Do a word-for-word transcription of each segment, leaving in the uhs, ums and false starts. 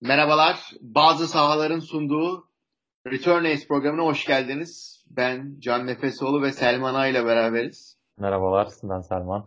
Merhabalar. Bazı sahaların sunduğu Return Ace programına hoş geldiniz. Ben Can Nefesoğlu ve Selman Ay ile beraberiz. Merhabalar, ben Selman.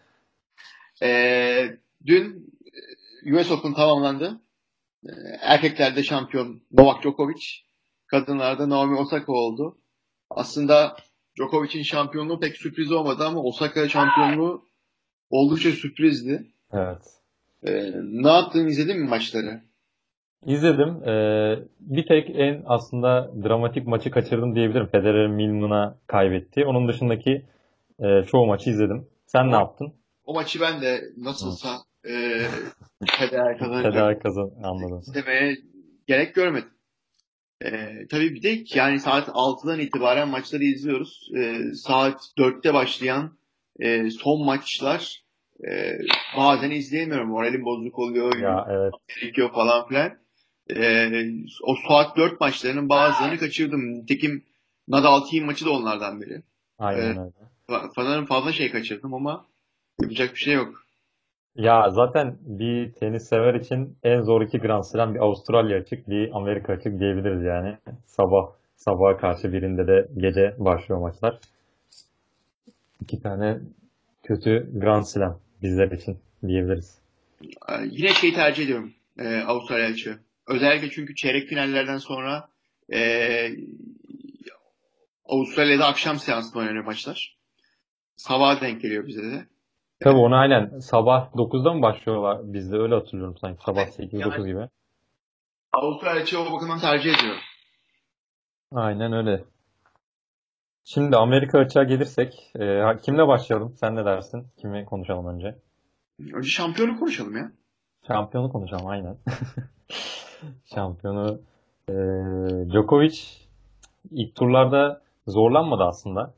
Ee, dün U S Open tamamlandı. Ee, erkeklerde şampiyon Novak Djokovic, kadınlarda Naomi Osaka oldu. Aslında Djokovic'in şampiyonluğu pek sürpriz olmadı ama Osaka şampiyonluğu oldukça sürprizdi. Evet. Ee, ne yaptın, izledin mi maçları? İzledim. Ee, bir tek en aslında dramatik maçı kaçırdım diyebilirim. Federer'in Milman'a kaybettiği. Onun dışındaki e, çoğu maçı izledim. Sen ne O, yaptın? o maçı ben de Hı. nasılsa e, Federer kazanacak Federer kazan anladım. istemeye gerek görmedim. Ee, tabii bir de yani saat altıdan itibaren maçları izliyoruz. Ee, saat dörtte başlayan e, son maçlar e, bazen izleyemiyorum. Moralim bozuk oluyor, Ya evet. gerekiyor falan filan. Ee, o saat dört maçlarının bazılarını kaçırdım. Nitekim Nadal Team maçı da onlardan biri. Ee, Aynen öyle. Sanırım fazla şey kaçırdım ama yapacak bir şey yok. Ya zaten bir tenis sever için en zor iki Grand Slam bir Avustralya açık, bir Amerika açık diyebiliriz yani. Sabah sabaha karşı birinde de gece başlıyor maçlar. İki tane kötü Grand Slam bizler için diyebiliriz. Ee, yine şeyi tercih ediyorum. E, Avustralya açığı. Özellikle çünkü çeyrek finallerden sonra e, Avustralya'da akşam seansında oynanıyor maçlar. Sabaha denk geliyor bize de. E, Tabii onu aynen sabah dokuzda mı başlıyorlar bizde öyle hatırlıyorum sanki sabah sekiz dokuz yani gibi. Avustralya açığı o bakımdan tercih ediyorum. Aynen öyle. Şimdi Amerika açığa gelirsek e, kimle başlayalım? Sen ne dersin? Kimi konuşalım önce? Önce şampiyonu konuşalım ya. Şampiyonu konuşalım aynen. Şampiyonu e, Djokovic ilk turlarda zorlanmadı aslında.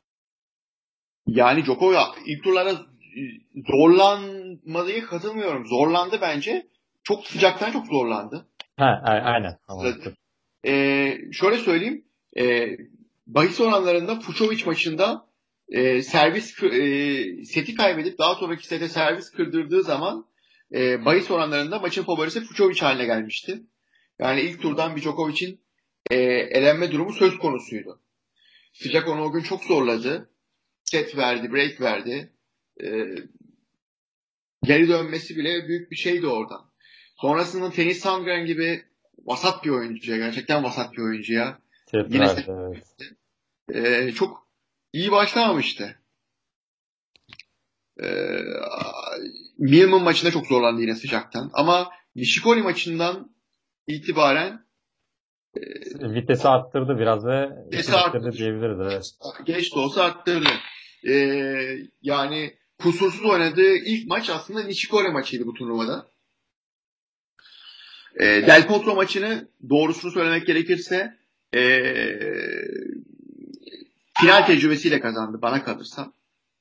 Yani Djokovic ilk turlara zorlanmadığı katılmıyorum. Zorlandı bence. Çok sıcaktan çok zorlandı. Ha, a- aynen. Tamam. E, şöyle söyleyeyim. E, bahis oranlarında Fucsovics maçında e, servis e, seti kaybedip daha sonraki sete servis kırdırdığı zaman e, bahis oranlarında maçın favorisi Fucsovics haline gelmişti. Yani ilk turdan bir Djokovic'in e, elenme durumu söz konusuydu. Sıcak onu o gün çok zorladı. Set verdi, break verdi. E, geri dönmesi bile büyük bir şeydi oradan. Sonrasında Tenis Sandgren gibi vasat bir oyuncuya, gerçekten vasat bir oyuncuya Set yine verdi, evet. e, çok iyi başlamamıştı. E, Milman maçında çok zorlandı yine sıcaktan. Ama Nishikori maçından itibaren Vitesi arttırdı biraz ve sesi kırıttırdı arttı. diyebiliriz. Evet. Geç de olsa arttırdı. E, yani kusursuz oynadığı ilk maç aslında Nishikori maçıydı bu turnuvada. E, Del Potro maçını doğrusunu söylemek gerekirse e, final tecrübesiyle kazandı bana kalırsa.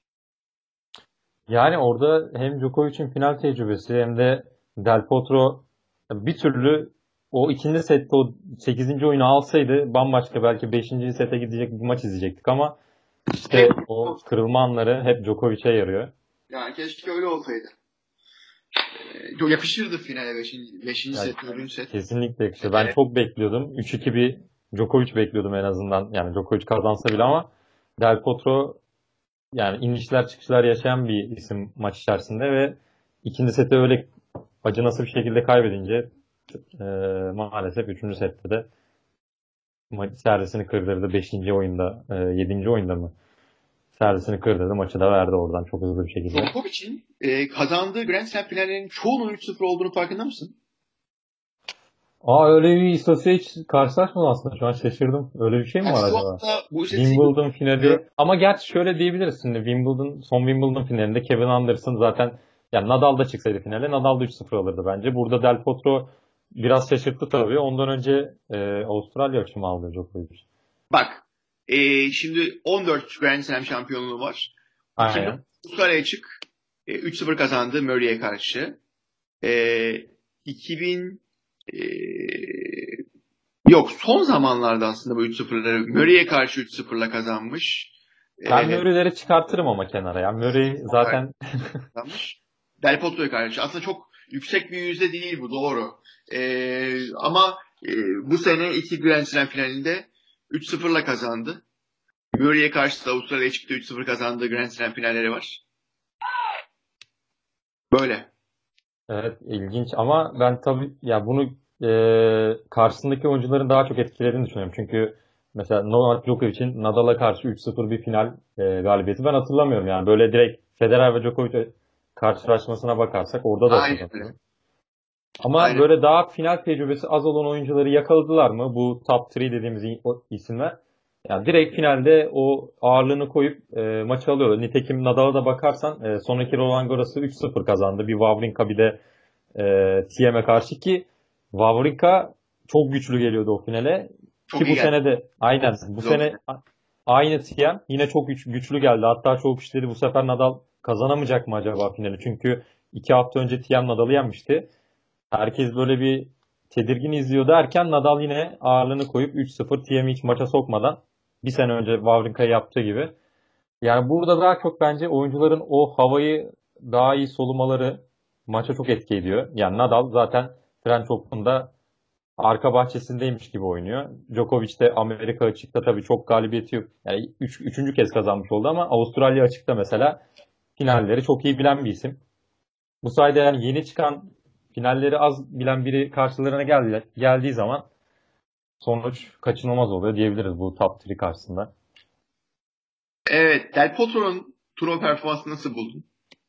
Yani orada hem Djokovic'in final tecrübesi hem de Del Potro bir türlü o ikinci sette o sekizinci oyunu alsaydı bambaşka belki beşinci sete gidecek bir maç izleyecektik ama işte o kırılma anları hep Djokovic'e yarıyor. Yani keşke öyle olsaydı. Ee, çok yakışırdı finale beşinci beşinci Yani set, dördüncü set. kesinlikle yakışır. Ben çok bekliyordum. üç iki bir Djokovic bekliyordum en azından. Yani Djokovic kazansa bile ama Del Potro yani inişler çıkışlar yaşayan bir isim maç içerisinde ve ikinci seti öyle acınası bir şekilde kaybedince e, maalesef üçüncü sette de maç servisini kırdırdı. Beşinci oyunda, e, yedinci oyunda mı? Servisini kırdırdı. Maçı da verdi oradan çok hızlı bir şekilde. Djokovic'in e, kazandığı Grand Slam finallerinin çoğunun üç sıfır olduğunu farkında mısın? Aa öyle bir istatistiğe hiç karşılaşmadım aslında. Şu an şaşırdım. Öyle bir şey mi Yani var şu acaba? anda bu istatistiği Wimbledon finali. Ama gerçi şöyle diyebiliriz şimdi. Wimbledon, son Wimbledon finalinde Kevin Anderson zaten yani Nadal da çıksaydı finale Nadal da üç sıfır alırdı bence. Burada Del Potro biraz şaşırttı tabii. Ondan önce e, Avustralya açımı aldı Djokovic. bak e, şimdi on dört Grand Slam şampiyonluğu var. iki bin Aynen. Avustralya'ya çık. E, üç sıfır kazandı Murray'e karşı. E, iki bin e, yok son zamanlarda aslında bu üç sıfırları Murray'e karşı üç sıfırla kazanmış. Ben E, Murray'leri çıkartırım ama kenara ya. Murray zaten kazanmış. Del Potro'ya karşı. Aslında çok yüksek bir yüzde değil bu, doğru. Ee, ama e, bu sene iki Grand Slam finalinde üç sıfırla kazandı. Murray'e karşı da Avustralya'ya çıktı, üç sıfır kazandığı Grand Slam finalleri var. Böyle. Evet, ilginç ama ben tabii ya bunu e, karşısındaki oyuncuların daha çok etkilediğini düşünüyorum. Çünkü mesela Novak Djokovic'in Nadal'a karşı üç sıfır bir final e, galibiyeti ben hatırlamıyorum yani. Böyle direkt Federer ve Djokovic karşılaşmasına bakarsak orada da Aynen öyle. hatırlamıyorum. Ama Aynen. böyle daha final tecrübesi az olan oyuncuları yakaladılar mı bu top üç dediğimiz isimler? Yani direkt finalde o ağırlığını koyup e, maçı alıyorlar. Nitekim Nadal'a da bakarsan e, sonraki Roland Garros'u üç sıfır kazandı. Bir Wawrinka bir de e, Thiem'e karşı ki Wawrinka çok güçlü geliyordu o finale. Çok Ki iyi bu geldi. sene de aynen bu Zor. sene a- aynı Thiem yine çok güç, güçlü geldi. Hatta çok kişileri bu sefer Nadal kazanamayacak mı acaba finali? Çünkü iki hafta önce Thiem Nadal'ı yenmişti. Herkes böyle bir tedirgin izliyor derken Nadal yine ağırlığını koyup üç sıfır Thiem'i hiç maça sokmadan bir sene önce Wawrinka'ya yaptığı gibi. Yani burada daha çok bence oyuncuların o havayı daha iyi solumaları maça çok etki ediyor. Yani Nadal zaten French Open'da arka bahçesindeymiş gibi oynuyor. Djokovic de Amerika açıkta tabii çok galibiyeti yok. Yani üç, üçüncü kez kazanmış oldu ama Avustralya açıkta mesela finalleri çok iyi bilen bir isim. Bu sayede yani yeni çıkan finalleri az bilen biri karşılarına geldi, geldiği zaman sonuç kaçınılmaz oluyor diyebiliriz bu top üç karşısında. Evet. Del Potro'nun turnuva performansını nasıl buldun?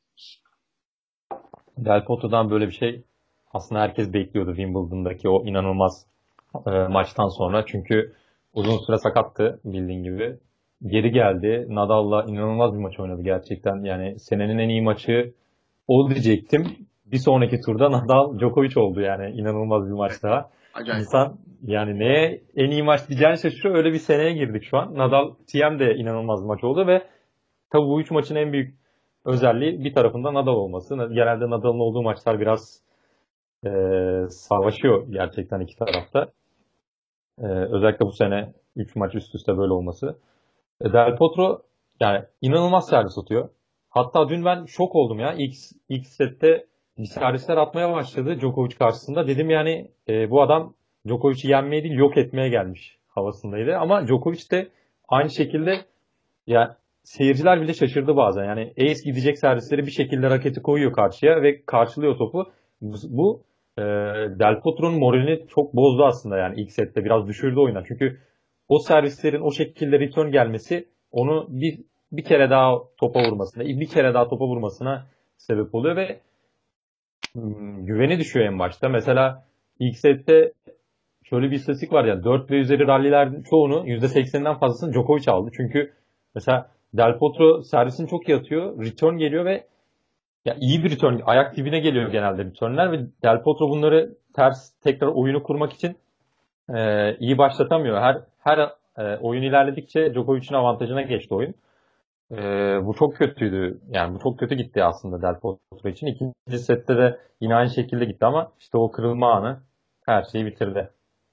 Del Potro'dan böyle bir şey aslında herkes bekliyordu Wimbledon'daki o inanılmaz e, maçtan sonra. Çünkü uzun süre sakattı bildiğin gibi. Geri geldi. Nadal'la inanılmaz bir maç oynadı gerçekten. Yani senenin en iyi maçı o diyecektim. Bir sonraki turda Nadal Djokovic oldu yani inanılmaz bir maç daha. Acayip. İnsan yani neye en iyi maç diyeceğini şaşırıyor. Öyle bir seneye girdik şu an. Nadal Thiem de inanılmaz bir maç oldu ve tabii bu üç maçın en büyük özelliği bir tarafında Nadal olması. Genelde Nadal'ın olduğu maçlar biraz e, savaşıyor gerçekten iki tarafta. E, özellikle bu sene üç maç üst üste böyle olması. E, Del Potro yani inanılmaz servis atıyor. Hatta dün ben şok oldum ya. İlk, ilk sette bir servisler atmaya başladı Djokovic karşısında. Dedim yani e, bu adam Djokovic'i yenmeye değil yok etmeye gelmiş havasındaydı. Ama Djokovic de aynı şekilde ya seyirciler bile şaşırdı bazen. Yani ace gidecek servisleri bir şekilde raketi koyuyor karşıya ve karşılıyor topu. Bu, bu e, Del Potro'nun moralini çok bozdu aslında yani ilk sette. Biraz düşürdü oyuna. Çünkü o servislerin o şekilde return gelmesi onu bir bir kere daha topa vurmasına, bir kere daha topa vurmasına sebep oluyor ve hmm, güveni düşüyor en başta. Mesela ilk sette şöyle bir istatistik var ya dört ve üzeri rallilerin çoğunu yüzde sekseninden fazlasını Djokovic aldı. Çünkü mesela Del Potro servisini çok iyi atıyor. Return geliyor ve ya iyi bir return. Ayak dibine geliyor genelde returnler ve Del Potro bunları ters tekrar oyunu kurmak için e, iyi başlatamıyor. Her her e, oyun ilerledikçe Djokovic'in avantajına geçti oyun. E, bu çok kötüydü. Yani bu çok kötü gitti aslında Del Potro için. İkinci sette de yine aynı şekilde gitti ama işte o kırılma anı her şeyi bitirdi.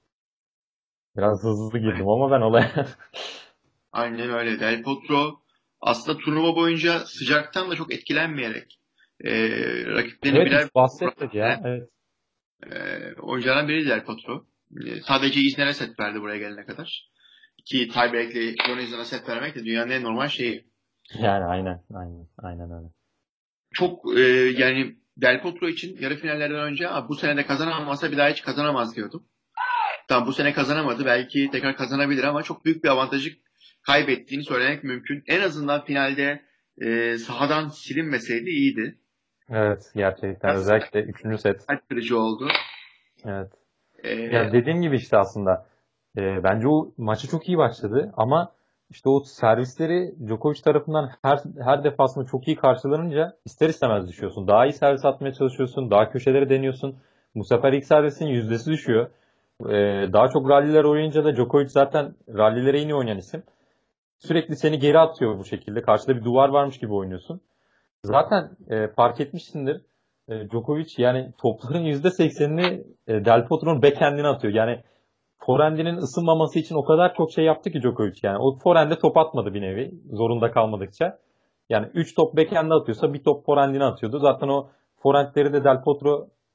Biraz hızlı girdim ama ben olaya. Aynen öyle. Del Potro aslında turnuva boyunca sıcaktan da çok etkilenmeyerek e, rakiplerini Evet birer hiç bahsetmedi ya. Evet. e, oyunculardan biriydi Del Potro. E, sadece İzner'e set verdi buraya gelene kadar. Ki tiebreak'li John Isner'a set vermek de dünyanın en normal şeyi. Yani aynen. Aynen. Aynen öyle. Çok e, yani Del Potro için yarı finallerden önce bu sene de kazanamazsa bir daha hiç kazanamaz diyordum. Tamam bu sene kazanamadı. Belki tekrar kazanabilir ama çok büyük bir avantajı kaybettiğini söylemek mümkün. En azından finalde e, sahadan silinmeseydi iyiydi. Evet gerçekten Biraz özellikle üçüncü set. kalp kırıcı oldu. Evet. E, Ya dediğim gibi işte aslında e, bence o maçı çok iyi başladı ama işte o servisleri Djokovic tarafından her her defasında çok iyi karşılanınca ister istemez düşüyorsun. Daha iyi servis atmaya çalışıyorsun, daha köşeleri deniyorsun. Bu sefer ilk servisin yüzdesi düşüyor. E, daha çok ralliler oynayınca da Djokovic zaten rallilere en iyi oynayan isim. Sürekli seni geri atıyor bu şekilde. Karşıda bir duvar varmış gibi oynuyorsun. Zaten e, fark etmişsindir. E, Djokovic yani topların yüzde seksenini e, Del Potro'nun backhand'ine atıyor. Yani forehand'inin ısınmaması için o kadar çok şey yaptı ki Djokovic yani. O forehand'e top atmadı bir nevi zorunda kalmadıkça. Yani üç top backhand'e atıyorsa bir top forehand'ine atıyordu. Zaten o forehand'leri de Del Potro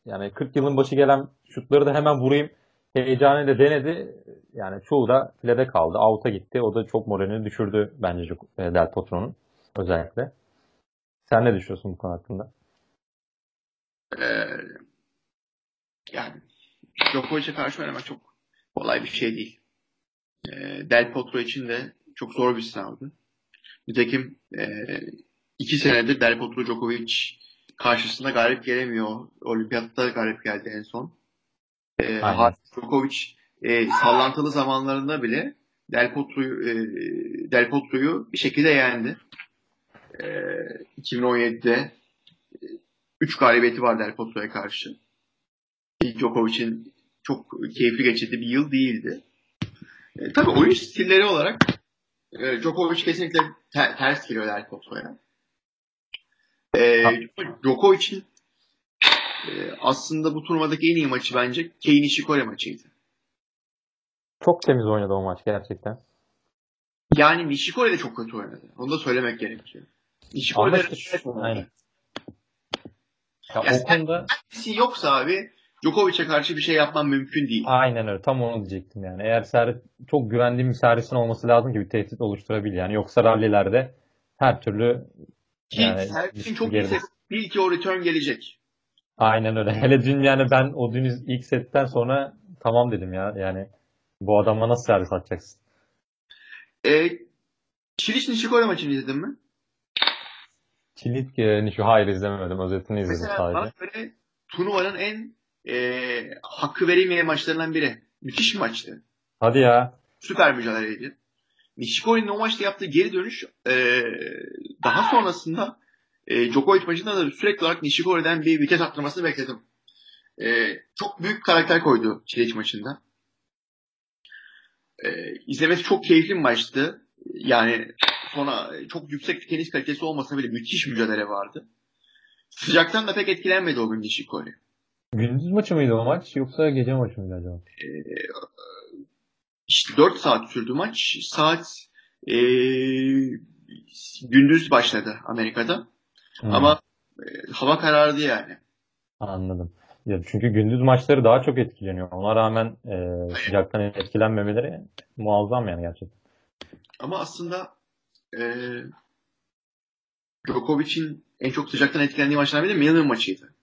yani kırk yılın başı gelen şutları da hemen vurayım heyecanıyla denedi. Yani çoğu da filede kaldı. Out'a gitti. O da çok moralini düşürdü bence Del Potro'nun özellikle. Sen ne düşünüyorsun bu konu hakkında? Ee, yani Djokovic'e karşı oynamak çok kolay bir şey değil. Ee, Del Potro için de çok zor bir sınavdı. Nitekim e, iki senedir Del Potro Djokovic karşısında galip gelemiyor. Olimpiyatta galip geldi en son. E, Aynen. Djokovic e, sallantılı zamanlarında bile Del Potro'yu e, Del Potro'yu bir şekilde yendi. E, iki bin on yedide üç galibiyeti var Del Potro'ya karşı. Djokovic'in çok keyifli geçirdiği bir yıl değildi. E, tabii oyun stilleri olarak e, Djokovic kesinlikle ter, ters geliyor Del Potro'ya. E, Djokovic'in e, aslında bu turnuvadaki en iyi maçı bence Kei Nishikori maçıydı. Çok temiz oynadı o maç gerçekten. Yani Nishikori de çok kötü oynadı. Onu da söylemek gerekiyor. Nishikori de işte, aynen. Ya ya o konuda yoksa abi Djokovic'e karşı bir şey yapman mümkün değil. aynen öyle. Tam onu diyecektim yani. Eğer servis, çok güvendiğim bir servisin olması lazım ki bir tehdit oluşturabilir. Yani yoksa rallilerde her türlü Ki yani servisin çok geride. yüksek. Bil ki o return gelecek. Aynen öyle. Hele dün yani ben o dün ilk setten sonra tamam dedim ya. Yani bu adama nasıl servis atacaksın? E, Çiliç Nishikori maçını izledin mi? Çilit e, şu hayır izlemedim. Özetini izledim Mesela bana sadece. göre turnuvanın en e, hakkı verilmeyen maçlarından biri. Müthiş bir maçtı. Hadi ya. Süper mücadeleydi. Nishikori'nin o maçta yaptığı geri dönüş e, daha sonrasında e, Djokovic maçında da sürekli olarak Nishikori'den bir vites arttırmasını bekledim. E, çok büyük karakter koydu Çiliç maçında. E, izlemesi çok keyifli bir maçtı. Yani sonra çok yüksek tenis kalitesi olmasa bile müthiş mücadele vardı. Sıcaktan da pek etkilenmedi o gün Nishikori. Gündüz maçı mıydı o maç yoksa gece maçı mıydı acaba? E, işte dört saat sürdü maç. Saat e, gündüz başladı Amerika'da. Hmm, Ama e, hava karardı yani. anladım. Ya çünkü gündüz maçları daha çok etkileniyor. Ona rağmen e, sıcaktan etkilenmemeleri muazzam yani gerçekten. Ama aslında e, Djokovic'in en çok sıcaktan etkilendiği maçlardan biri Millen maçıydı.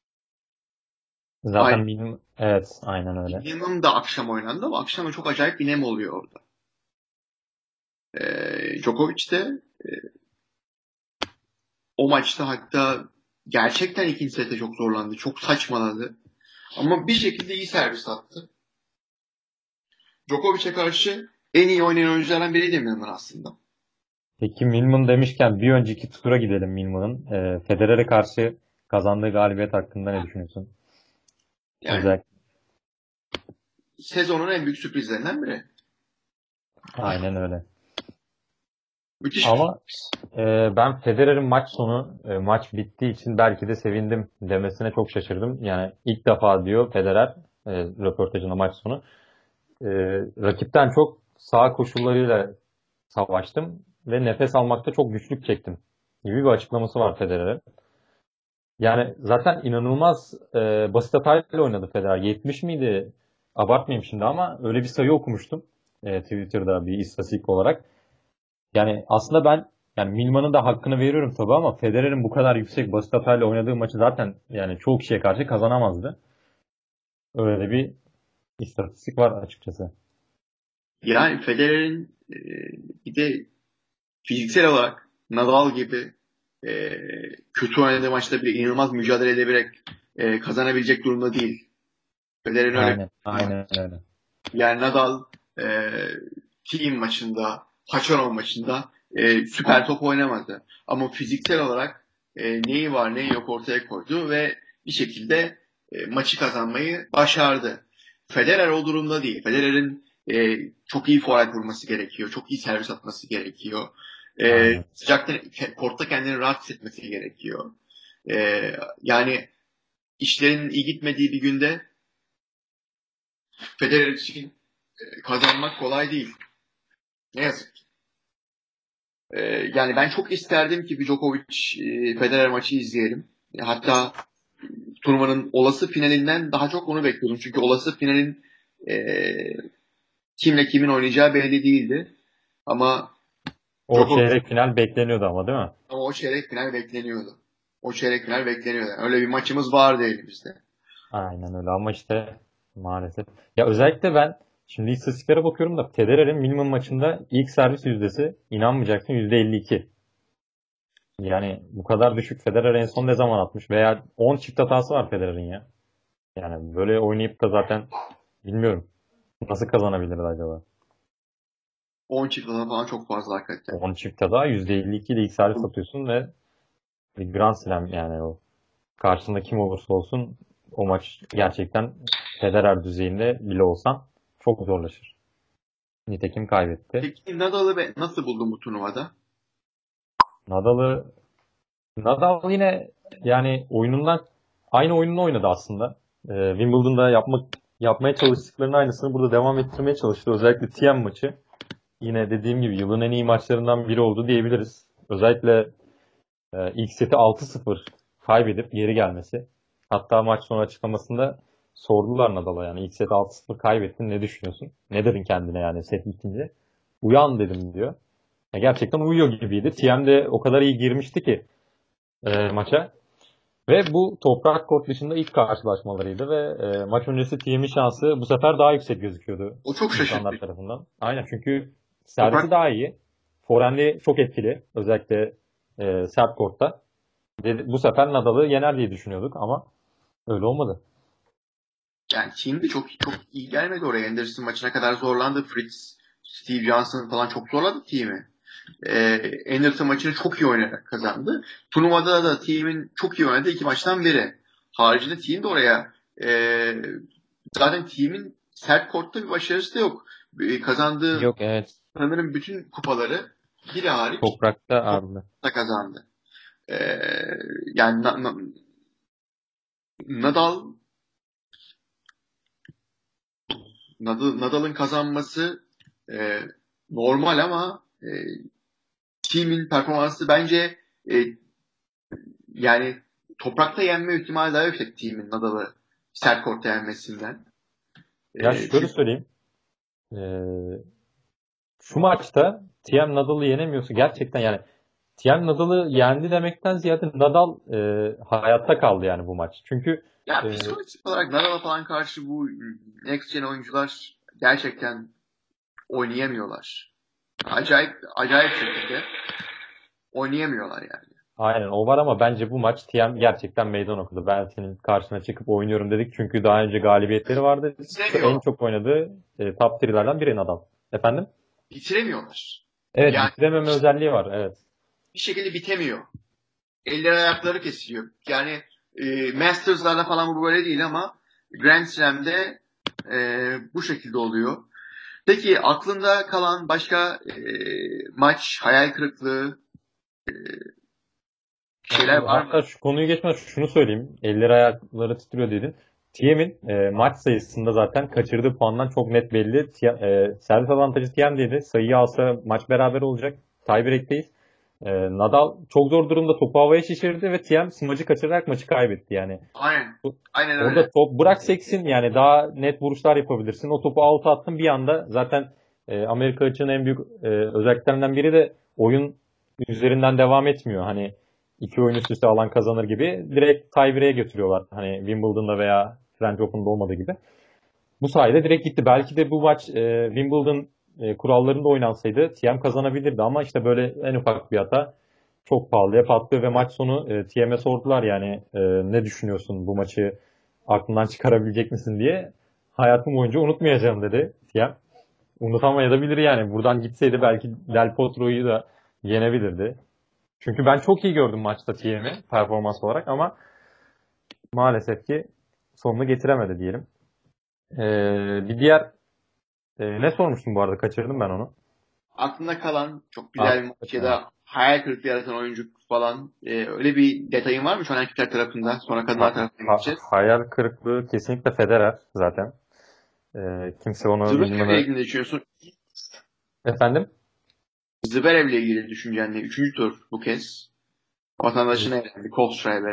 Zaten Aynen. benim evet aynen öyle. Millen da akşam oynandı ama akşam çok acayip bir nem oluyor orada. E, Djokovic de e, o maçta hatta gerçekten ikinci sette çok zorlandı. Çok saçmaladı. Ama bir şekilde iyi servis attı. Djokovic'e karşı en iyi oynayan oyunculardan biriydi Millen aslında. Peki Milman demişken bir önceki tura gidelim Milman'ın. E, Federer'e karşı kazandığı galibiyet hakkında ne düşünüyorsun? Yani Özellikle. sezonun en büyük sürprizlerinden biri. Aynen öyle. Müthiş. Ama e, ben Federer'in maç sonu e, maç bittiği için belki de sevindim demesine çok şaşırdım. Yani ilk defa diyor Federer e, röportajında maç sonu. E, rakipten çok sağ koşullarıyla savaştım ve nefes almakta çok güçlük çektim gibi bir açıklaması var Federer'e. Yani zaten inanılmaz e, basit hatayla oynadı Federer. yetmiş miydi? Abartmayayım şimdi ama öyle bir sayı okumuştum e, Twitter'da bir istatistik olarak. Yani aslında ben yani Milman'ın da hakkını veriyorum tabii ama Federer'in bu kadar yüksek basit hatayla oynadığı maçı zaten yani çoğu kişiye karşı kazanamazdı. Öyle bir istatistik var açıkçası. Yani Federer'in e, bir de fiziksel olarak Nadal gibi e, kötü oynadığı maçta bile inanılmaz mücadele edebilerek e, kazanabilecek durumda değil. Federer'in öyle Aynen, aynen öyle. yani Nadal e, team maçında, Haçanov maçında e, süper top oynamadı. Ama fiziksel olarak e, neyi var neyi yok ortaya koydu ve bir şekilde e, maçı kazanmayı başardı. Federer o durumda değil. Federer'in e, çok iyi forehand vurması gerekiyor. Çok iyi servis atması gerekiyor. E, Aynen. sıcakta kortta kendini rahat hissetmesi gerekiyor. E, yani işlerin iyi gitmediği bir günde Federer için e, kazanmak kolay değil. Ne yazık ki. E, yani ben çok isterdim ki bir Djokovic e, Federer maçı izleyelim. E, hatta turnuvanın olası finalinden daha çok onu bekliyordum. Çünkü olası finalin e, kimle kimin oynayacağı belli değildi. Ama O Djokovic, çeyrek final bekleniyordu ama değil mi? ama o çeyrek final bekleniyordu. O çeyrek final bekleniyordu. Yani öyle bir maçımız vardı elimizde. Aynen öyle ama işte maalesef. Ya özellikle ben şimdi istatistiklere bakıyorum da Federer'in minimum maçında ilk servis yüzdesi inanmayacaksın yüzde elli iki. Yani bu kadar düşük Federer en son ne zaman atmış? Veya on çift hatası var Federer'in ya. Yani böyle oynayıp da zaten bilmiyorum nasıl kazanabilirdi acaba? on çıkmadan falan çok fazla hakikaten. on çift hata yüzde elli iki de ilk servis atıyorsun ve bir Grand Slam yani o. Karşında kim olursa olsun o maç gerçekten Federer düzeyinde bile olsan çok zorlaşır. Nitekim kaybetti. Peki Nadal'ı be- nasıl buldun bu turnuvada? Nadal'ı Nadal yine yani oyunundan aynı oyununu oynadı aslında. Ee, Wimbledon'da yapmak yapmaya çalıştıklarının aynısını burada devam ettirmeye çalıştı. Özellikle T M maçı. Yine dediğim gibi yılın en iyi maçlarından biri oldu diyebiliriz. Özellikle e, ilk seti altı sıfır kaybedip geri gelmesi. Hatta maç sonu açıklamasında sordular Nadal'a yani ilk seti altı sıfır kaybettin ne düşünüyorsun? Ne dedin kendine yani set bitince? Uyan dedim diyor. Ya gerçekten uyuyor gibiydi. T M de o kadar iyi girmişti ki e, maça. Ve bu toprak kort dışında ilk karşılaşmalarıydı ve e, maç öncesi T M'in şansı bu sefer daha yüksek gözüküyordu O çok insanlar şaşırtıcı. tarafından. Aynen çünkü servisi Toprak daha iyi. Forehand'i çok etkili. Özellikle e, sert kortta. Ve bu sefer Nadal'ı yener diye düşünüyorduk ama öyle olmadı. yani team de çok çok iyi gelmedi oraya. Anderson maçına kadar zorlandı. Fritz, Steve Johnson falan çok zorladı team'i. Ee, Anderson maçını çok iyi oynayarak kazandı. Turnuvada da team'in çok iyi oynadığı iki maçtan biri. Haricinde team de oraya e, zaten team'in sert kortta bir başarısı da yok. E, kazandığı Yok evet. sanırım bütün kupaları biri hariç Toprakta abi. da kazandı. Ee, yani Na- Na- Nadal Nadal Nadal'ın kazanması e, normal ama e, team'in performansı bence e, yani toprakta yenme ihtimali daha yüksek team'in Nadal'ı sert kortta yenmesinden. Ya E, şöyle çünkü söyleyeyim. Ee, şu maçta T M Nadal'ı yenemiyorsa gerçekten yani T M Nadal'ı yendi demekten ziyade Nadal e, hayatta kaldı yani bu maç. Çünkü ya e, psikolojik olarak Nadal'a falan karşı bu next gen oyuncular gerçekten oynayamıyorlar. Acayip acayip şekilde oynayamıyorlar yani. aynen o var ama bence bu maç T M gerçekten meydan okudu. Ben senin karşına çıkıp oynuyorum dedik çünkü daha önce galibiyetleri vardı. Şu- En Bitiremiyorlar. çok oynadığı e, top üçlerden biri Nadal. Efendim? Bitiremiyorlar. Evet Yani bitirememe özelliği var. Evet. bir şekilde bitemiyor. Elleri ayakları kesiliyor. Yani e, Masters'larda falan bu böyle değil ama Grand Slam'de e, bu şekilde oluyor. Peki aklında kalan başka e, maç, hayal kırıklığı şeyler Yani var mı? hatta şu konuyu geçmeden şunu söyleyeyim. Elleri ayakları titriyor dedin. T M'in e, maç sayısında zaten kaçırdığı puandan çok net belli. T- e, servis avantajı T M'deydi. Sayıyı alsa maç beraber olacak. Tiebreak'teyiz. E, Nadal çok zor durumda topu havaya şişirdi ve T M smacı kaçırarak maçı kaybetti yani. Aynen. Aynen öyle. Orada top bırak seksin yani daha net vuruşlar yapabilirsin. O topu out'a attın bir anda zaten e, Amerika açığının en büyük e, özelliklerinden biri de oyun üzerinden devam etmiyor. Hani iki oyun üst üste alan kazanır gibi direkt tiebreak'e götürüyorlar. Hani Wimbledon'da veya French Open'da olmadığı gibi. Bu sayede direkt gitti. Belki de bu maç e, Wimbledon e, kurallarında oynansaydı T M kazanabilirdi ama işte böyle en ufak bir hata çok pahalıya patlıyor ve maç sonu e, T M'e sordular yani e, ne düşünüyorsun bu maçı aklından çıkarabilecek misin diye. Hayatım boyunca unutmayacağım dedi T M. Unutamayabilir yani. Buradan gitseydi belki Del Potro'yu da yenebilirdi. Çünkü ben çok iyi gördüm maçta T M'i performans olarak ama maalesef ki sonunu getiremedi diyelim. Ee, bir diğer e, ne sormuştum bu arada kaçırdım ben onu. Aklında kalan çok güzel bir maç ya Aklımda da hayal kırıklığı yaratan oyuncu falan e, öyle bir detayın var mı şu an erkekler tarafında? Sonra kadınlar Ha- tarafına ha- geçeceğiz. hayal kırıklığı kesinlikle Federer zaten. Ee, kimse onu Zverev'le bilmeme... ilgili ne düşünüyorsun? Efendim? Zverev'le ilgili düşüncen ne? Üçüncü tur bu kez. Vatandaşına elendi. Kohlschreiber'e.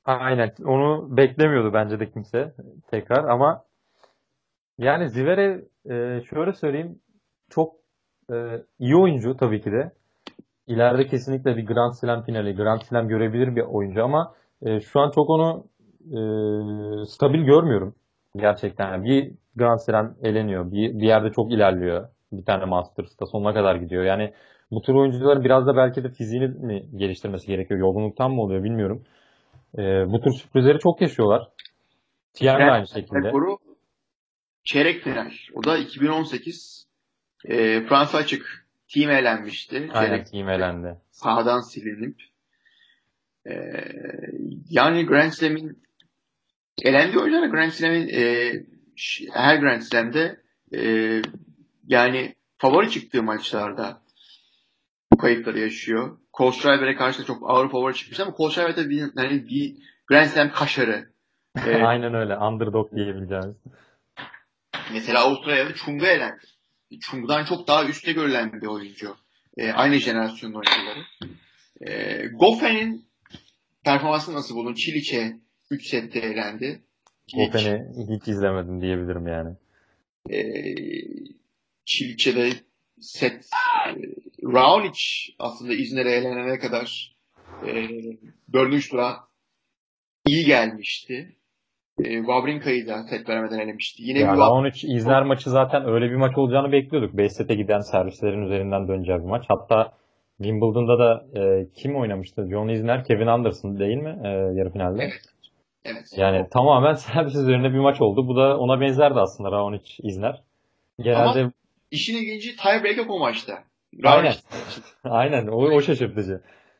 Aynen. Onu beklemiyordu bence de kimse tekrar ama yani Zverev e, şöyle söyleyeyim çok e, iyi oyuncu tabii ki de. İleride kesinlikle bir Grand Slam finali, Grand Slam görebilir bir oyuncu ama e, şu an çok onu e, stabil görmüyorum gerçekten. Yani bir Grand Slam eleniyor, bir, bir yerde çok ilerliyor. Bir tane Masters'ta sonuna kadar gidiyor. Yani bu tür oyuncuların biraz da belki de fiziğini mi geliştirmesi gerekiyor, yorgunluktan mı oluyor bilmiyorum. E, bu tür sürprizleri çok yaşıyorlar. T M de Grand aynı Slam şekilde. rekoru çeyrek final. O da iki bin on sekiz e, Fransa açık. Team elenmişti. Aynen Çeyrek team elendi. sahadan silinip. E, yani Grand Slam'in elendiği oyuncular Grand Slam'in e, her Grand Slam'de e, yani favori çıktığı maçlarda bu kayıpları yaşıyor. Kohlschreiber'e karşı da çok ağır favori çıkmış ama Kohlschreiber de bir, yani bir Grand Slam kaşarı. E, Aynen öyle. Underdog diyebileceğimiz. mesela Avustralya'da Chung'a elendi. Chung'dan çok daha üstte görülen bir oyuncu. E, aynı jenerasyonun oyuncuları. E, Goffen'in performansını nasıl buldun? Çiliç'e üç sette elendi. Goffen'i hiç izlemedim diyebilirim yani. E, Çiliç'e de set e, Raonic aslında İzmir'e elenene kadar e, dördüncü tura iyi gelmişti. E, Wawrinka'yı da set vermeden elemişti. Yine Ya bir Raonic İzler maçı zaten öyle bir maç olacağını bekliyorduk. beş sete giden servislerin üzerinden döneceği bir maç. Hatta Wimbledon'da da e, kim oynamıştı? John Isner, Kevin Anderson değil mi e, yarı finalde? evet, evet. Yani tamamen servis üzerine bir maç oldu. Bu da ona benzerdi aslında Raonic İzner. Ama Genelde işin ilginci tiebreak yok o maçta. aynen. Raonic. Aynen. O, o şaşırtıcı.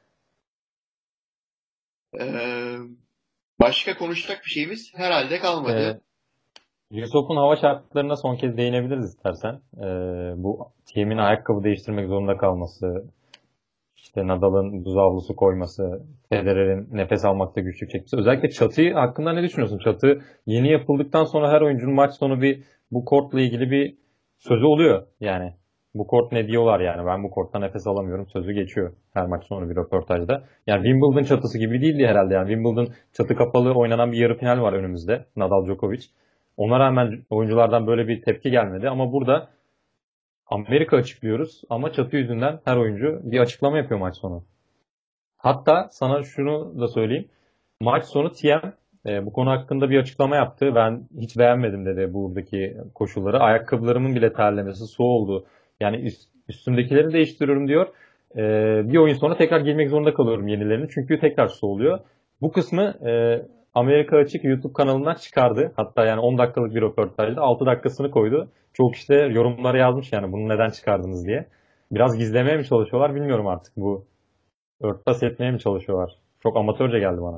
Ee, başka konuşacak bir şeyimiz herhalde kalmadı. E, U S Open hava şartlarına son kez değinebiliriz istersen. E, bu team'in ayakkabı değiştirmek zorunda kalması, İşte Nadal'ın buz havlusu koyması, Federer'in nefes almakta güçlük çekmesi. Özellikle çatı hakkında ne düşünüyorsun? Çatı yeni yapıldıktan sonra her oyuncunun maç sonu bir bu kortla ilgili bir sözü oluyor yani. Bu kort ne diyorlar yani ben bu kortta nefes alamıyorum sözü geçiyor her maç sonu bir röportajda. Yani Wimbledon çatısı gibi değildi herhalde yani. Wimbledon çatı kapalı oynanan bir yarı final var önümüzde. Nadal Djokovic. Ona rağmen oyunculardan böyle bir tepki gelmedi ama burada Amerika açıklıyoruz ama çatı yüzünden her oyuncu bir açıklama yapıyor maç sonu. Hatta sana şunu da söyleyeyim. Maç sonu T M e, bu konu hakkında bir açıklama yaptı. Ben hiç beğenmedim dedi buradaki koşulları. Ayakkabılarımın bile terlemesi, su oldu. Yani üst, üstümdekileri değiştiriyorum diyor. E, bir oyun sonra tekrar giymek zorunda kalıyorum yenilerini. Çünkü tekrar su oluyor. Bu kısmı e, Amerika Açık YouTube kanalından çıkardı. Hatta yani on dakikalık bir röportajda altı dakikasını koydu. Çok işte yorumlara yazmış yani bunu neden çıkardınız diye. Biraz gizlemeye mi çalışıyorlar bilmiyorum artık bu örtbas etmeye mi çalışıyorlar? Çok amatörce geldi bana.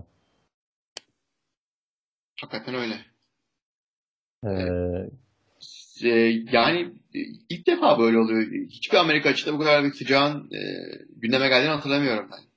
Hakikaten öyle. Ee, Ee, yani e, ilk defa böyle oluyor. Hiçbir Amerika açıkta bu kadar bir sıcağın e, gündeme geldiğini hatırlamıyorum ben.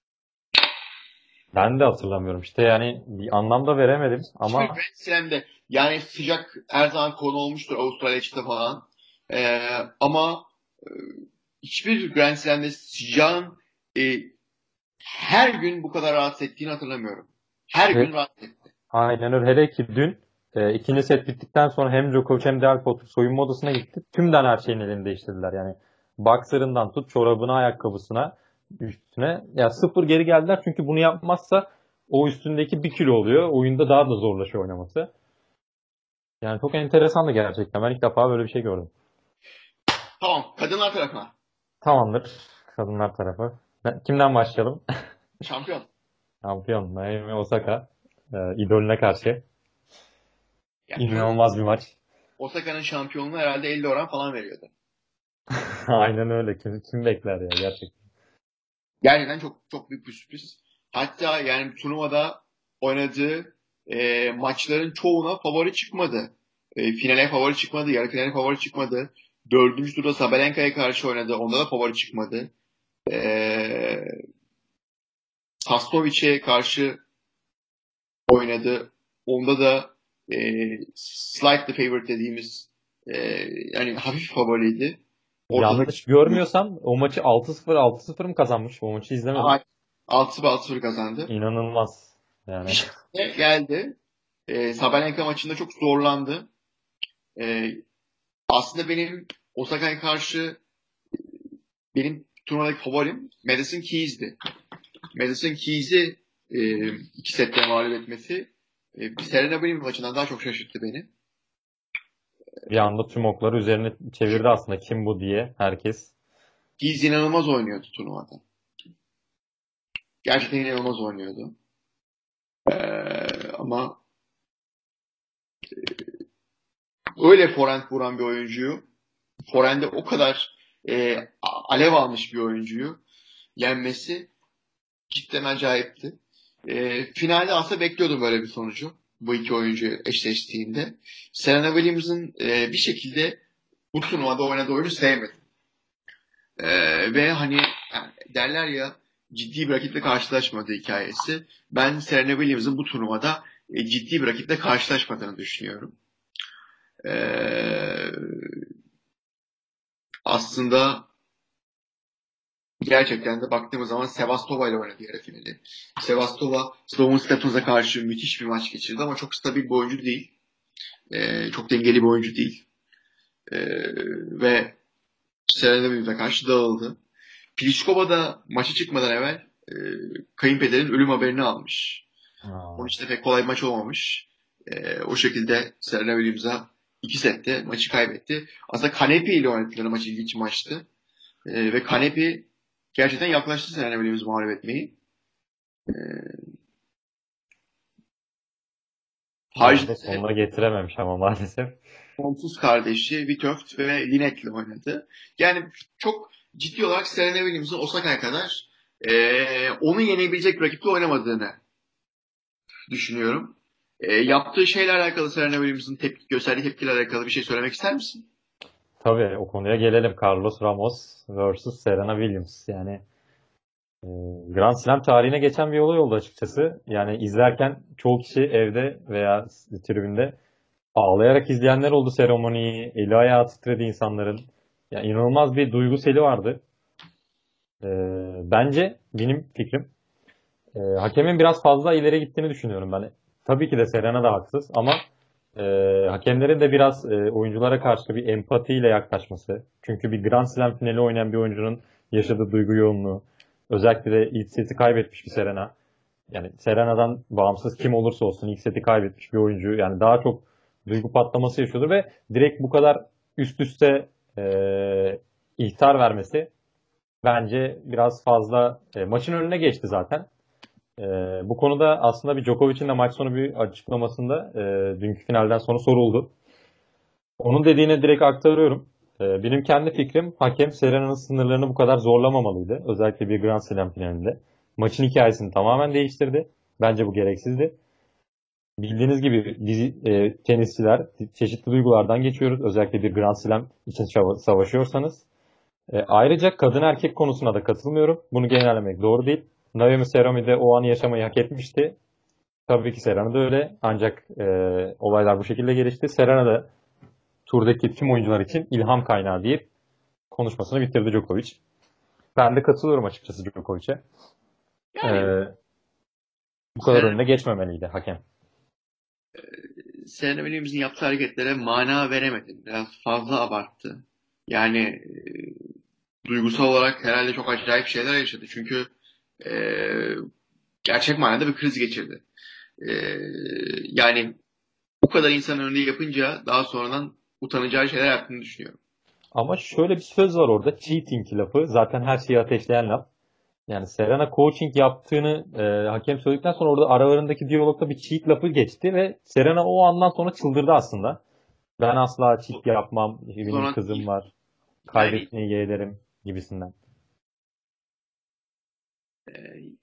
ben de hatırlamıyorum. İşte yani bir anlamda veremedim Hiçbir ama Grand Slam'de yani sıcak her zaman konu olmuştur Avustralya açıkta falan. Ee, ama e, hiçbir Grand Slam'de sıcağın e, her gün bu kadar rahatsız ettiğini hatırlamıyorum. Her ve gün rahatsız etti. aynen öyle. Hele ki dün e, ikinci set bittikten sonra hem Djokovic hem Del Potro soyunma odasına gitti. Tümden her şeyin elini değiştirdiler. Yani boxer'ından tut çorabına, ayakkabısına, üstüne. Ya sıfır geri geldiler çünkü bunu yapmazsa o üstündeki bir kilo oluyor. Oyunda daha da zorlaşıyor oynaması. Yani çok enteresandı gerçekten. Ben ilk defa böyle bir şey gördüm. Tamam, kadınlar tarafına. Tamamdır. Kadınlar tarafı. Ne- Kimden başlayalım? Şampiyon. Şampiyon Naomi Osaka. E, idolüne karşı. Yani Tur İnanılmaz bir maç. Osaka'nın şampiyonluğu herhalde elli oran falan veriyordu. Aynen öyle. Kim, kim bekler ya gerçekten. Gerçekten çok çok büyük bir sürpriz. Hatta yani turnuvada oynadığı e, maçların çoğuna favori çıkmadı. E, finale favori çıkmadı, yarı finale favori çıkmadı. Dördüncü turda Sabalenka'ya karşı oynadı. Onda da favori çıkmadı. E, Sasnovic'e karşı oynadı. Onda da e, slightly favorite dediğimiz e, yani hafif favoriydi. Ortada Yanlış görmüyorsam o maçı altı sıfır altı sıfır mı kazanmış? O maçı izlemedim. altı altı sıfır kazandı. İnanılmaz. Yani Bir geldi. E, Sabalenka maçında çok zorlandı. E, aslında benim Osaka'ya karşı benim turnuvadaki favorim Madison Keys'di. Madison Keys'i e, iki sette mağlup etmesi e, Serena Williams maçından daha çok şaşırttı beni. bir anda tüm okları üzerine çevirdi aslında kim bu diye herkes. Keys inanılmaz oynuyordu turnuvada. Gerçekten inanılmaz oynuyordu. Ee, ama öyle forehand vuran bir oyuncuyu, forehand'de o kadar e, alev almış bir oyuncuyu yenmesi cidden acayipti. E, finalde aslında bekliyordum böyle bir sonucu. Bu iki oyuncu eşleştiğinde. Serena Williams'ın e, bir şekilde bu turnuvada oynadığı oyunu sevmedim. E, ve hani yani derler ya ciddi bir rakiple karşılaşmadığı hikayesi. Ben Serena Williams'ın bu turnuvada e, ciddi bir rakiple karşılaşmadığını düşünüyorum. E, aslında gerçekten de baktığımız zaman Sevastova ile oynadı yarı finali. Sevastova, Sloane Stevens'a karşı müthiş bir maç geçirdi ama çok stabil bir oyuncu değil. Ee, çok dengeli bir oyuncu değil. Ee, ve Serena Williams'a karşı dağıldı. Pliskova da maça çıkmadan evvel e, kayınpederin ölüm haberini almış. Aa. Onun için de pek kolay bir maç olmamış. E, o şekilde Serena Williams'a iki sette maçı kaybetti. Aslında Kanepi ile oynadıkları maç ilginç maçtı. E, ve Kanepi gerçekten yaklaştı Serena Williams'ı mağlup etmeyi. E, Orada haricinde sonuna getirememiş ama maalesef. Sonsuz kardeşi Vitövt ve Linet'le oynadı. Yani çok ciddi olarak Serena Williams'ın Osaka'ya kadar e, onu yenebilecek bir rakiple oynamadığını düşünüyorum. E, yaptığı şeyle alakalı Serena Williams'ın tepki, gösterdiği tepkiyle alakalı bir şey söylemek ister misin? Tabii o konuya gelelim. Carlos Ramos versus Serena Williams. Yani e, Grand Slam tarihine geçen bir olay oldu açıkçası. Yani izlerken çoğu kişi evde veya tribünde ağlayarak izleyenler oldu seremoniyi. Eli ayağı titredi insanların. Yani inanılmaz bir duygu seli vardı. E, bence benim fikrim e, hakemin biraz fazla ileri gittiğini düşünüyorum ben. Tabii ki de Serena da haksız ama e, hakemlerin de biraz e, oyunculara karşı bir empatiyle yaklaşması. Çünkü bir Grand Slam finali oynayan bir oyuncunun yaşadığı duygu yoğunluğu. Özellikle de ilk seti kaybetmiş bir Serena. Yani Serena'dan bağımsız kim olursa olsun ilk seti kaybetmiş bir oyuncu. Yani daha çok duygu patlaması yaşıyordur ve direkt bu kadar üst üste e, ihtar vermesi bence biraz fazla e, maçın önüne geçti zaten. E, bu konuda aslında bir Djokovic'in de maç sonu bir açıklamasında e, dünkü finalden sonra soruldu. Onun dediğine direkt aktarıyorum. E, benim kendi fikrim hakem Serena'nın sınırlarını bu kadar zorlamamalıydı. Özellikle bir Grand Slam finalinde. Maçın hikayesini tamamen değiştirdi. Bence bu gereksizdi. Bildiğiniz gibi biz e, tenisçiler çeşitli duygulardan geçiyoruz. Özellikle bir Grand Slam için savaşıyorsanız. E, ayrıca kadın erkek konusuna da katılmıyorum. Bunu genellemek doğru değil. Naomi Serami de o anı yaşamayı hak etmişti. Tabii ki Serena da öyle. Ancak e, olaylar bu şekilde gelişti. Serena da turdaki tüm oyuncular için ilham kaynağı deyip konuşmasını bitirdi Djokovic. Ben de katılıyorum açıkçası Djokovic'e. Yani E, bu kadar Serena, önüne geçmemeliydi hakem. Serena Williams'ın yaptığı hareketlere mana veremedi. Biraz fazla abarttı. Yani e, duygusal olarak herhalde çok acayip şeyler yaşadı. Çünkü e, gerçek manada bir kriz geçirdi. E, yani bu kadar insanın önünde yapınca daha sonradan utanacağı şeyler yaptığını düşünüyorum. Ama şöyle bir söz var orada. Cheating lafı. Zaten her şeyi ateşleyen laf. Yani Serena coaching yaptığını e, hakem söyledikten sonra orada aralarındaki diyalogda bir cheat lafı geçti ve Serena o andan sonra çıldırdı aslında. Ben asla cheat yapmam. Benim Sonra kızım var. yani Kaybetmeyi yeğlerim gibisinden. e,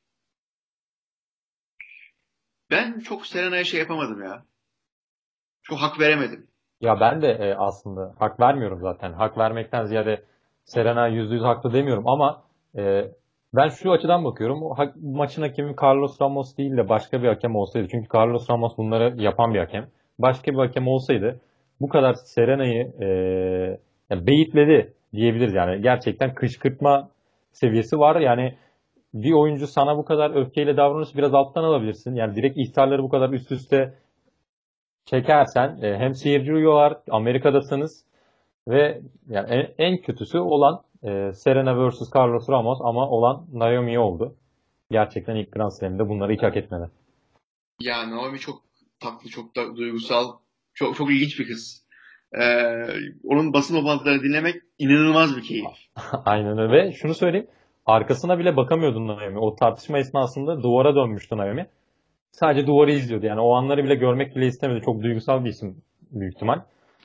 ben çok Serena'ya şey yapamadım ya. Çok hak veremedim. Ya ben de e, aslında hak vermiyorum zaten. Hak vermekten ziyade Serena yüzde yüz haklı demiyorum ama e, ben şu açıdan bakıyorum. O ha- maçın hakemi Carlos Ramos değil de başka bir hakem olsaydı. Çünkü Carlos Ramos bunları yapan bir hakem. Başka bir hakem olsaydı bu kadar Serena'yı e, yani beyitledi diyebiliriz yani. Gerçekten kışkırtma seviyesi var. Yani bir oyuncu sana bu kadar öfkeyle davranırsa biraz alttan alabilirsin. Yani direkt ihtarları bu kadar üst üste çekersen e, hem seyirci uyuyorlar, Amerika'dasınız ve yani en, en kötüsü olan e, Serena versus. Carlos Ramos ama olan Naomi oldu. Gerçekten ilk Grand Slam'de bunları hiç hak etmedi. Ya Naomi çok tatlı, çok da duygusal, çok çok ilginç bir kız. Ee, onun basın toplantılarını dinlemek inanılmaz bir keyif. Aynen öyle. Ve şunu söyleyeyim. Arkasına bile bakamıyordun Naomi. O tartışma esnasında duvara dönmüştü Naomi. Sadece duvarı izliyordu. Yani o anları bile görmek bile istemedi. Çok duygusal bir isim büyük ihtimal.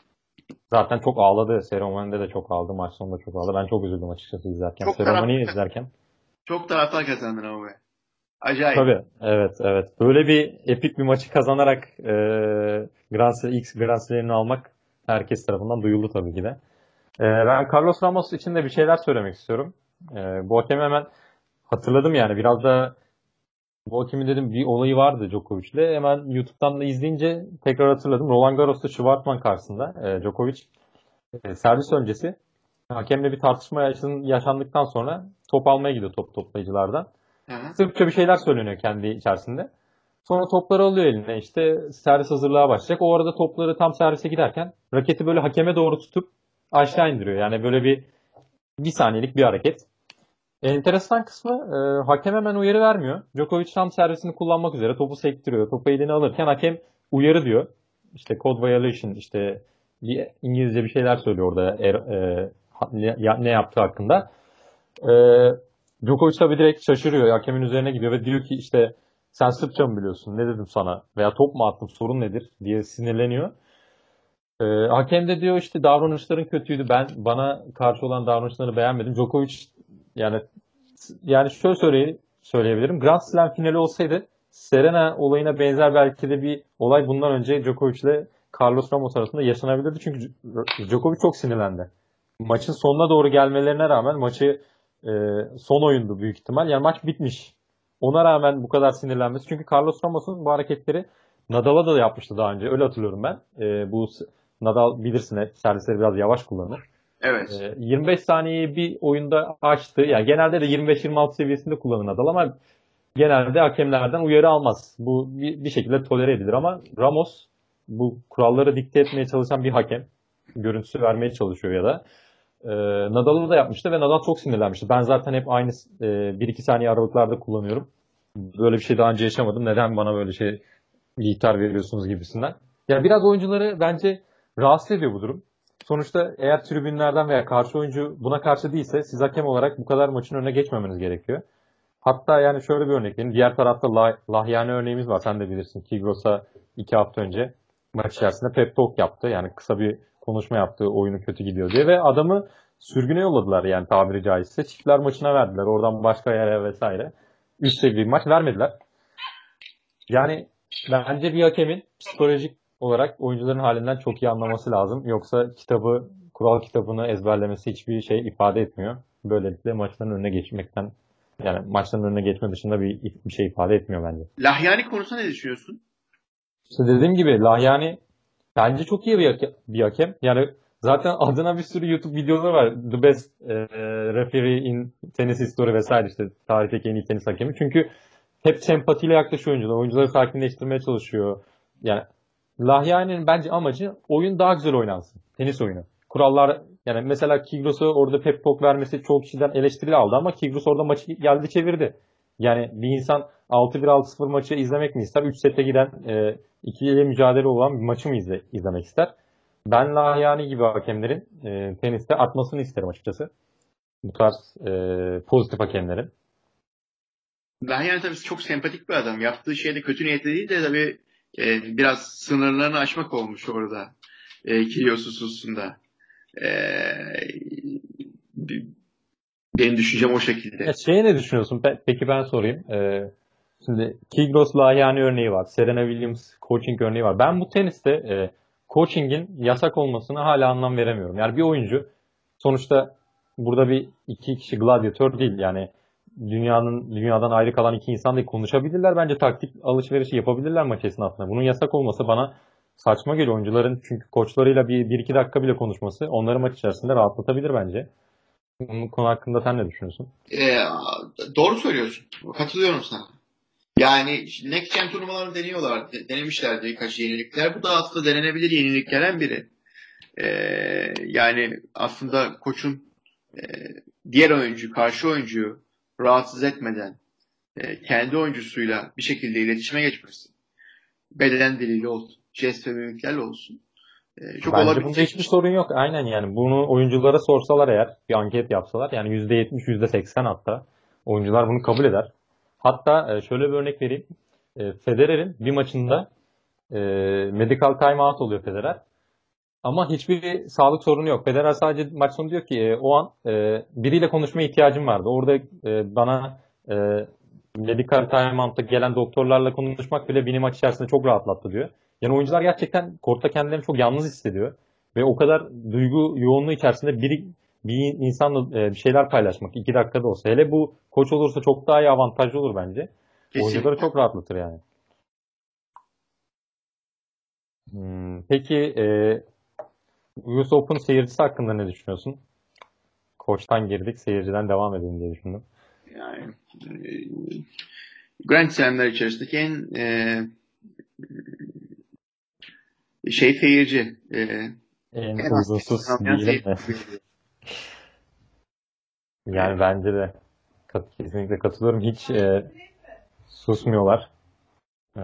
Zaten çok ağladı. Seremonide de çok ağladı. Maç sonunda çok ağladı. Ben çok üzüldüm açıkçası izlerken. Çok Seremoniyi taraf, izlerken. çok taraftar kazandı Naomi. Acayip. Tabii. Evet, evet. Böyle bir epik bir maçı kazanarak e, Grand Slam, X Grand Slam'ini almak herkes tarafından duyuldu tabii ki de. E, ben Carlos Ramos için de bir şeyler söylemek istiyorum. E, bu hakemi hemen hatırladım yani. Biraz da bu hakemin dedim bir olayı vardı Djokovic'le. Hemen YouTube'dan da izleyince tekrar hatırladım. Roland Garros'ta Schwartzman karşısında e, Djokovic e, servis öncesi hakemle bir tartışma yaşan- yaşandıktan sonra top almaya gidiyor top toplayıcılardan. Hı-hı. Sırpça bir şeyler söyleniyor kendi içerisinde. Sonra topları alıyor eline işte servis hazırlığa başlayacak. O arada topları tam servise giderken raketi böyle hakeme doğru tutup aşağı indiriyor. Yani böyle bir bir saniyelik bir hareket. Enteresan kısmı e, hakem hemen uyarı vermiyor. Djokovic tam servisini kullanmak üzere topu sektiriyor. Topu eline alırken hakem uyarı diyor. İşte code violation işte bir İngilizce bir şeyler söylüyor orada er, e, ne, ne yaptığı hakkında. E, Djokovic tabii direkt şaşırıyor. Hakemin üzerine gidiyor ve diyor ki işte sen Sırpça mı biliyorsun? Ne dedim sana? Veya top mu attım? Sorun nedir? Diye sinirleniyor. E, hakem de diyor işte davranışların kötüydü. Ben bana karşı olan davranışlarını beğenmedim. Djokovic yani yani şöyle söyleye, söyleyebilirim. Grand Slam finali olsaydı Serena olayına benzer belki de bir olay bundan önce Djokovic ile Carlos Ramos arasında yaşanabilirdi. Çünkü Djokovic çok sinirlendi. Maçın sonuna doğru gelmelerine rağmen maçı e, son oyundu büyük ihtimal. Yani maç bitmiş. Ona rağmen bu kadar sinirlenmesi. Çünkü Carlos Ramos'un bu hareketleri Nadal'a da yapmıştı daha önce. Öyle hatırlıyorum ben. E, bu Nadal bilirsin hep servisleri biraz yavaş kullanır. Evet. E, yirmi beş saniyeyi bir oyunda açtı. Yani genelde de yirmi beş yirmi altı seviyesinde kullanır Nadal ama genelde hakemlerden uyarı almaz. Bu bir, bir şekilde tolere edilir ama Ramos bu kuralları dikte etmeye çalışan bir hakem. Görüntüsü vermeye çalışıyor ya da. E, Nadal'ı da yapmıştı ve Nadal çok sinirlenmişti. Ben zaten hep aynı e, bir iki saniye aralıklarda kullanıyorum. Böyle bir şey daha önce yaşamadım. Neden bana böyle şey bir ihtar veriyorsunuz gibisinden. Ya biraz oyuncuları bence rahatsız ediyor bu durum. Sonuçta eğer tribünlerden veya karşı oyuncu buna karşı değilse siz hakem olarak bu kadar maçın önüne geçmemeniz gerekiyor. Hatta yani şöyle bir örnek vereyim. Diğer tarafta lah, Lahyani örneğimiz var. Sen de bilirsin. Kyrgios'a iki hafta önce maç içerisinde pep talk yaptı. Yani kısa bir konuşma yaptı oyunu kötü gidiyor diye. Ve adamı sürgüne yolladılar yani tabiri caizse. Çiftler maçına verdiler. Oradan başka yere vesaire. Üst seviye bir maç vermediler. Yani bence bir hakemin psikolojik olarak oyuncuların halinden çok iyi anlaması lazım. Yoksa kitabı, kural kitabını ezberlemesi hiçbir şey ifade etmiyor. Böylelikle maçların önüne geçmekten yani maçların önüne geçme dışında bir, bir şey ifade etmiyor bence. Lahyani konusunda ne düşünüyorsun? İşte dediğim gibi Lahyani bence çok iyi bir hakem. Bir hakem. Yani zaten adına bir sürü YouTube videoları var. The best e, referee in tennis history vesaire işte tarihteki en iyi tenis hakemi. Çünkü hep sempatiyle yaklaşıyor oyuncular. Oyuncuları sakinleştirmeye çalışıyor. Yani Lahyani'nin bence amacı oyun daha güzel oynansın. Tenis oyunu. Kurallar yani mesela Kyrgios'a orada pep talk vermesi çok kişiden eleştiri aldı ama Kyrgios orada maçı geldi çevirdi. Yani bir insan altı bir altı sıfır maçı izlemek mi ister? üç sete giden e, ikili mücadele olan bir maçı mı izle, izlemek ister? Ben Lahyani gibi hakemlerin e, teniste atmasını isterim açıkçası. Bu tarz e, pozitif hakemlerin. Lahyani tabii çok sempatik bir adam. Yaptığı şey de kötü niyetli değil de tabii e, biraz sınırlarını aşmak olmuş orada. E, Kyrgios hususunda. E, benim düşüncem o şekilde. Ya şeye ne düşünüyorsun? Pe- Peki ben sorayım. Ee, şimdi Kyrgios Lahyani örneği var. Serena Williams coaching örneği var. Ben bu teniste e, coaching'in yasak olmasına hala anlam veremiyorum. Yani bir oyuncu sonuçta burada bir iki kişi gladyatör değil. Yani dünyanın dünyadan ayrı kalan iki insan değil. Konuşabilirler bence taktik alışverişi yapabilirler maç esnasında. Bunun yasak olması bana saçma geliyor oyuncuların çünkü koçlarıyla bir, bir iki dakika bile konuşması onları maç içerisinde rahatlatabilir bence. Bu konu hakkında sen ne düşünüyorsun? Ee, doğru söylüyorsun. Katılıyorum sana. Yani Next Gen turnuvalarını deniyorlar. de- Denemişlerdi birkaç yenilikler. Bu da aslında denenebilir yeniliklerden biri. Ee, yani aslında koçun e, diğer oyuncu, karşı oyuncuyu rahatsız etmeden e, kendi oyuncusuyla bir şekilde iletişime geçmesi. Beden diliyle olsun, jest ve mimiklerle olsun. E, çok Bence bunda olabilecek bir hiçbir şey. sorun yok. Aynen yani bunu oyunculara sorsalar eğer bir anket yapsalar yani yüzde yetmiş yüzde seksen hatta oyuncular bunu kabul eder. Hatta e, şöyle bir örnek vereyim. E, Federer'in bir maçında e, medical timeout oluyor Federer. Ama hiçbir sağlık sorunu yok. Federer sadece maç sonu diyor ki e, o an e, biriyle konuşmaya ihtiyacım vardı. Orada e, bana e, medical timeout'ta gelen doktorlarla konuşmak bile beni maç içerisinde çok rahatlattı diyor. Yani oyuncular gerçekten kortta kendilerini çok yalnız hissediyor. Ve o kadar duygu yoğunluğu içerisinde bir, bir insanla e, bir şeyler paylaşmak iki dakikada olsa. Hele bu koç olursa çok daha iyi avantajlı olur bence. Oyuncuları Kesinlikle. çok rahatlatır yani. Hmm, peki e, U S Open seyircisi hakkında ne düşünüyorsun? Koçtan girdik, seyirciden devam edelim diye düşündüm. Yani e, Grand Slam'ler içerisindeki en e, şey seyirci, e, En en az sessiz uygunsuz kalmayan diyelim seyirci mi? gibi geliyor. Yani E, bence de kat- kesinlikle katılıyorum. Hiç e, susmuyorlar. E,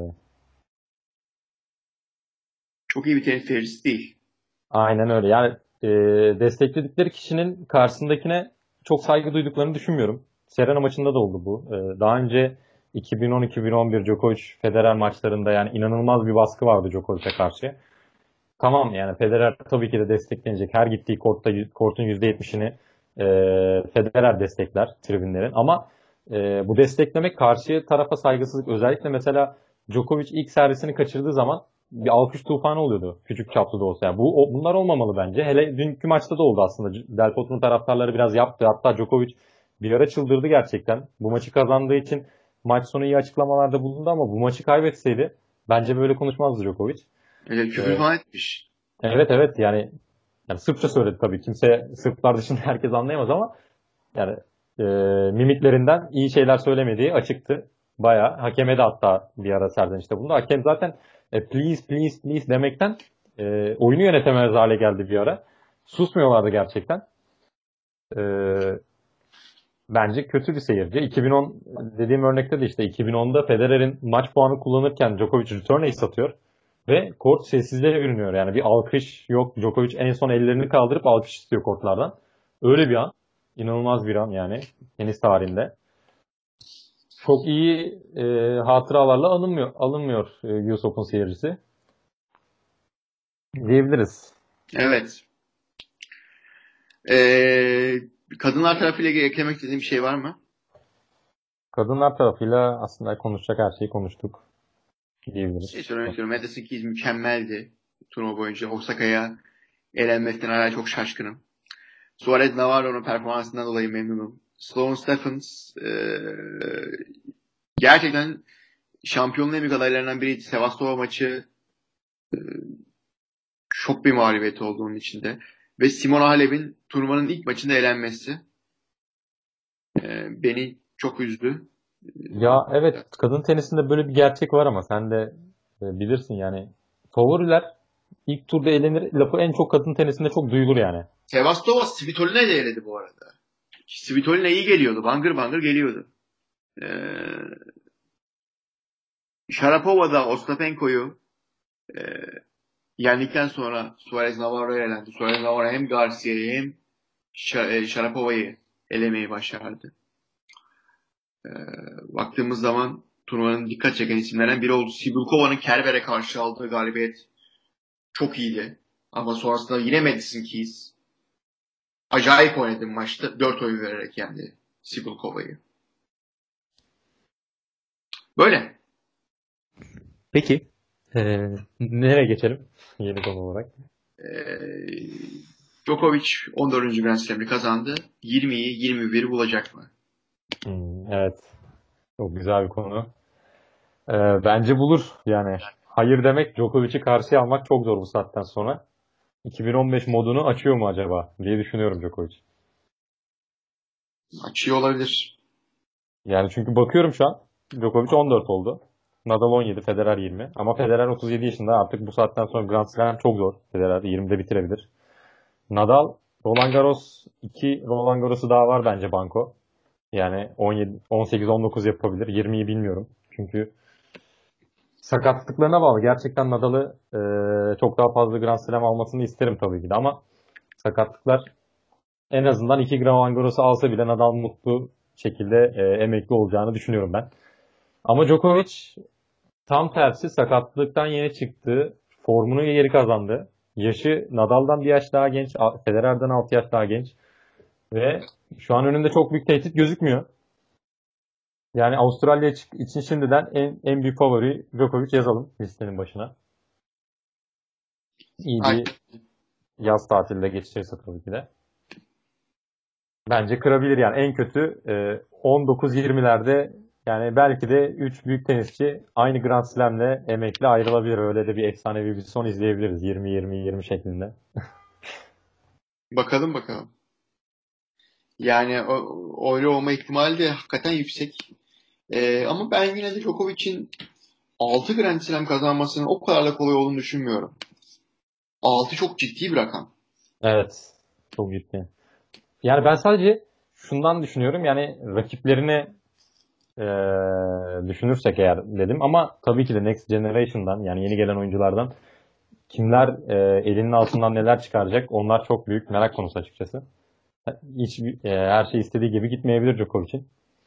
çok iyi bir tenis seyircisi değil. aynen öyle. Yani e, destekledikleri kişinin karşısındakine çok saygı duyduklarını düşünmüyorum. Serena maçında da oldu bu. E, daha önce iki bin on-iki bin on bir Djokovic Federer maçlarında yani inanılmaz bir baskı vardı Djokovic'e karşı. Tamam yani Federer tabii ki de desteklenecek. Her gittiği kortta kortun yüzde yetmişini e, Federer destekler tribünlerin. Ama e, bu desteklemek karşı tarafa saygısızlık. Özellikle mesela Djokovic ilk servisini kaçırdığı zaman bir alkış tufanı oluyordu. Küçük çaplı da olsa. Yani bu o, bunlar olmamalı bence. Hele dünkü maçta da oldu aslında. Del Potro'nun taraftarları biraz yaptı. Hatta Djokovic bir ara çıldırdı gerçekten. Bu maçı kazandığı için maç sonu iyi açıklamalarda bulundu ama bu maçı kaybetseydi bence böyle konuşmazdı Djokovic. Öyle küfür E, falan etmiş. Evet evet yani yani Sırpça söyledi tabii. Kimse Sırplar dışında herkes anlayamaz ama yani e, mimiklerinden iyi şeyler söylemediği açıktı. Bayağı hakeme de hatta bir ara serden işte bunda. Hakem zaten e, please please please demekten e, oyunu yönetemez hale geldi bir ara. Susmuyorlardı gerçekten. E, bence kötü bir seyirci. iki bin on dediğim örnekte de işte iki bin onda Federer'in maç puanı kullanırken Djokovic return ace atıyor. Ve kort sessizliğe bürünüyor. Yani bir alkış yok. Djokovic en son ellerini kaldırıp alkış istiyor kortlardan. Öyle bir an. İnanılmaz bir an yani tenis tarihinde. Çok iyi e, hatıralarla alınmıyor, alınmıyor e, U S Open seyircisi diyebiliriz. Evet. E, kadınlar tarafıyla ilgili eklemek istediğim bir şey var mı? Kadınlar tarafıyla aslında konuşacak her şeyi konuştuk Şey diyebiliriz. söylemek istiyorum. Madison Keys mükemmeldi turnuva boyunca. Osaka'ya elenmesinden hala çok şaşkınım. Suarez Navarro'nun performansından dolayı memnunum. Sloane Stephens e, gerçekten şampiyonluğu en büyük adaylarından biriydi. Sevastova maçı e, çok bir mağlubiyeti oldu onun içinde. Ve Simona Halep'in turnuvanın ilk maçında elenmesi e, beni çok üzdü. Ya evet kadın tenisinde böyle bir gerçek var ama sen de e, bilirsin yani favoriler ilk turda elenir lafı en çok kadın tenisinde çok duyulur yani. Sevastova Svitolina'yı da eledi bu arada. Svitolina iyi geliyordu. Bangır bangır geliyordu. E, Sharapova da Ostapenko'yu e, yendikten sonra Suarez Navarro'ya elendi. Suarez Navarro hem Garcia'yı hem Sharapova'yı elemeyi başardı. E, baktığımız zaman turnuvanın dikkat çeken isimlerden biri oldu. Sibulkova'nın Kerber'e karşı aldığı galibiyet çok iyiydi. Ama sonrasında yine Madison Keys acayip oynadı maçta. Dört oyun vererek yendi Sibulkova'yı. Böyle. Peki. Ee, nereye geçelim? Yeni konu olarak. E, Djokovic on dördüncü Grand Slam'ini kazandı. yirmiyi yirmi biri bulacak mı? Hmm, evet. Çok güzel bir konu. Ee, bence bulur. Yani hayır demek Djokovic'i karşıya almak çok zor bu saatten sonra. iki bin on beş modunu açıyor mu acaba diye düşünüyorum Djokovic. Maç iyi olabilir. Yani çünkü bakıyorum şu an Djokovic on dört oldu. Nadal on yedi, Federer yirmi. Ama Federer otuz yedi yaşında, artık bu saatten sonra Grand Slam çok zor. Federer yirmide bitirebilir. Nadal, Roland Garros iki Roland Garros'u daha var bence banko. Yani on yedi, on sekiz on dokuz yapabilir. yirmiyi bilmiyorum. Çünkü sakatlıklarına bağlı. Gerçekten Nadal'ı e, çok daha fazla Grand Slam almasını isterim tabii ki de, ama sakatlıklar, en azından iki Roland Garros'u alsa bile Nadal mutlu şekilde e, emekli olacağını düşünüyorum ben. Ama Djokovic tam tersi, sakatlıktan yeni çıktı. Formunu geri kazandı. Yaşı Nadal'dan bir yaş daha genç. Federer'den altı yaş daha genç. Ve şu an önünde çok büyük tehdit gözükmüyor. Yani Avustralya için şimdiden en, en büyük favori Djokovic yazalım listenin başına. İyi bir yaz tatilde geçecekse tabii ki de. Bence kırabilir yani. En kötü on dokuz yirmilerde, yani belki de üç büyük tenisçi aynı Grand Slam'le emekli ayrılabilir. Öyle de bir efsanevi bir son izleyebiliriz. yirmi yirmi yirmi şeklinde. Bakalım bakalım. Yani o, öyle olma ihtimali de hakikaten yüksek. Ee, ama ben yine de Djokovic'in altı Grand Slam kazanmasının o kadar da kolay olduğunu düşünmüyorum. altı çok ciddi bir rakam. Evet. Çok ciddi. Yani ben sadece şundan düşünüyorum. Yani rakiplerini e, düşünürsek eğer dedim. Ama tabii ki de Next Generation'dan, yani yeni gelen oyunculardan kimler e, elinin altından neler çıkaracak, onlar çok büyük merak konusu açıkçası. Hiç e, her şey istediği gibi gitmeyebilir Djokovic'in.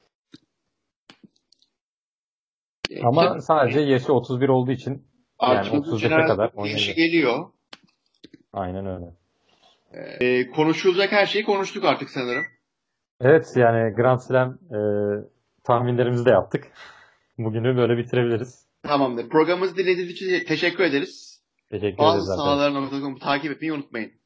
E, Ama tabii, sadece yaşı otuz bir olduğu için, yani otuz beşe kadar oynayacak. Yaşı geliyor. Aynen öyle. Ee, konuşulacak her şeyi konuştuk artık sanırım. Evet, yani Grand Slam e, tahminlerimizi de yaptık. Bugünü böyle bitirebiliriz. Tamamdır. Programımızı dinlediğiniz için teşekkür ederiz. Teşekkür Bazı ederiz. sahalarını takip etmeyi unutmayın.